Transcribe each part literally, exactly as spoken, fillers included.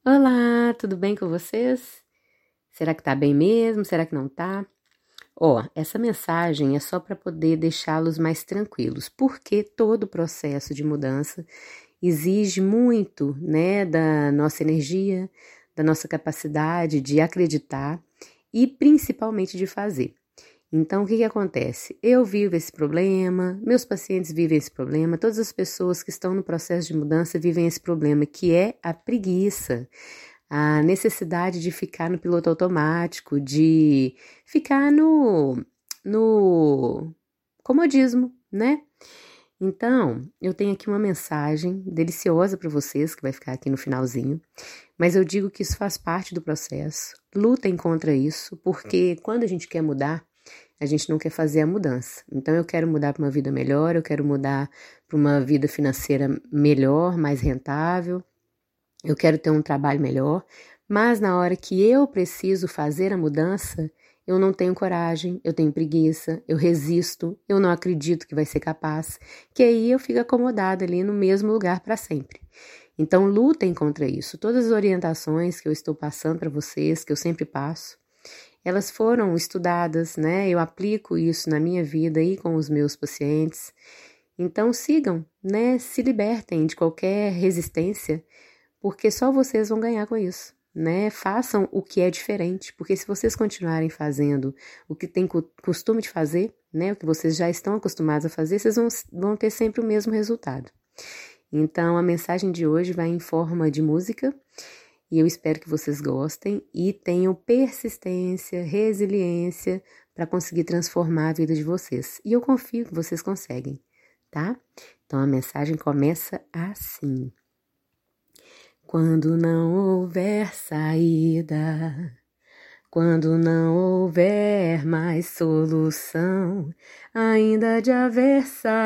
Olá, tudo bem com vocês? Será que tá bem mesmo? Será que não tá? Ó, essa mensagem é só para poder deixá-los mais tranquilos, porque todo o processo de mudança exige muito, né, da nossa energia, da nossa capacidade de acreditar e principalmente de fazer. Então, o que que acontece? Eu vivo esse problema, meus pacientes vivem esse problema, todas as pessoas que estão no processo de mudança vivem esse problema, que é a preguiça, a necessidade de ficar no piloto automático, de ficar no, no comodismo, né? Então, eu tenho aqui uma mensagem deliciosa para vocês, que vai ficar aqui no finalzinho, mas eu digo que isso faz parte do processo. Lutem contra isso, porque quando a gente quer mudar, a gente não quer fazer a mudança. Então, eu quero mudar para uma vida melhor, eu quero mudar para uma vida financeira melhor, mais rentável, eu quero ter um trabalho melhor, mas na hora que eu preciso fazer a mudança, eu não tenho coragem, eu tenho preguiça, eu resisto, eu não acredito que vai ser capaz, que aí eu fico acomodada ali no mesmo lugar para sempre. Então, lutem contra isso. Todas as orientações que eu estou passando para vocês, que eu sempre passo, elas foram estudadas, né? Eu aplico isso na minha vida e com os meus pacientes. Então, sigam, né? Se libertem de qualquer resistência, porque só vocês vão ganhar com isso, né? Façam o que é diferente, porque se vocês continuarem fazendo o que tem costume de fazer, né? O que vocês já estão acostumados a fazer, vocês vão, vão ter sempre o mesmo resultado. Então, a mensagem de hoje vai em forma de música, e eu espero que vocês gostem e tenham persistência, resiliência para conseguir transformar a vida de vocês. E eu confio que vocês conseguem, tá? Então, a mensagem começa assim. Quando não houver saída, quando não houver mais solução, ainda de haver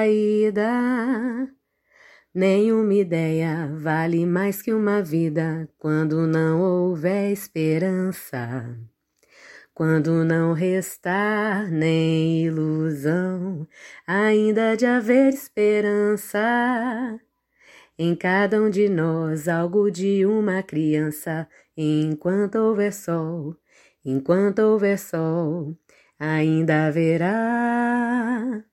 saída, nenhuma ideia vale mais que uma vida. Quando não houver esperança, quando não restar nem ilusão, ainda de haver esperança. Em cada um de nós, algo de uma criança. Enquanto houver sol, enquanto houver sol, ainda haverá.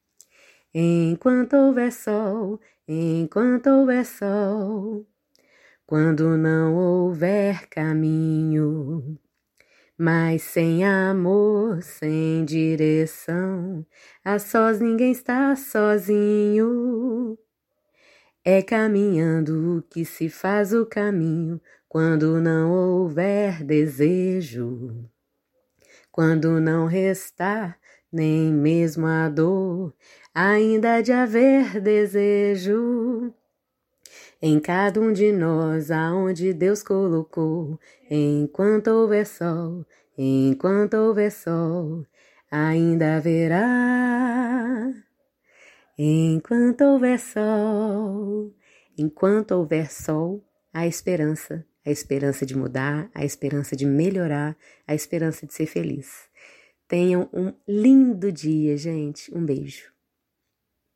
Enquanto houver sol, enquanto houver sol, quando não houver caminho, mas sem amor, sem direção, a sós ninguém está sozinho. É caminhando que se faz o caminho, quando não houver desejo, quando não restar nem mesmo a dor, ainda há de haver desejo. Em cada um de nós, aonde Deus colocou, enquanto houver sol, enquanto houver sol, ainda haverá. Enquanto houver sol, enquanto houver sol, há esperança, a esperança de mudar, a esperança de melhorar, a esperança de ser feliz. Tenham um lindo dia, gente. Um beijo.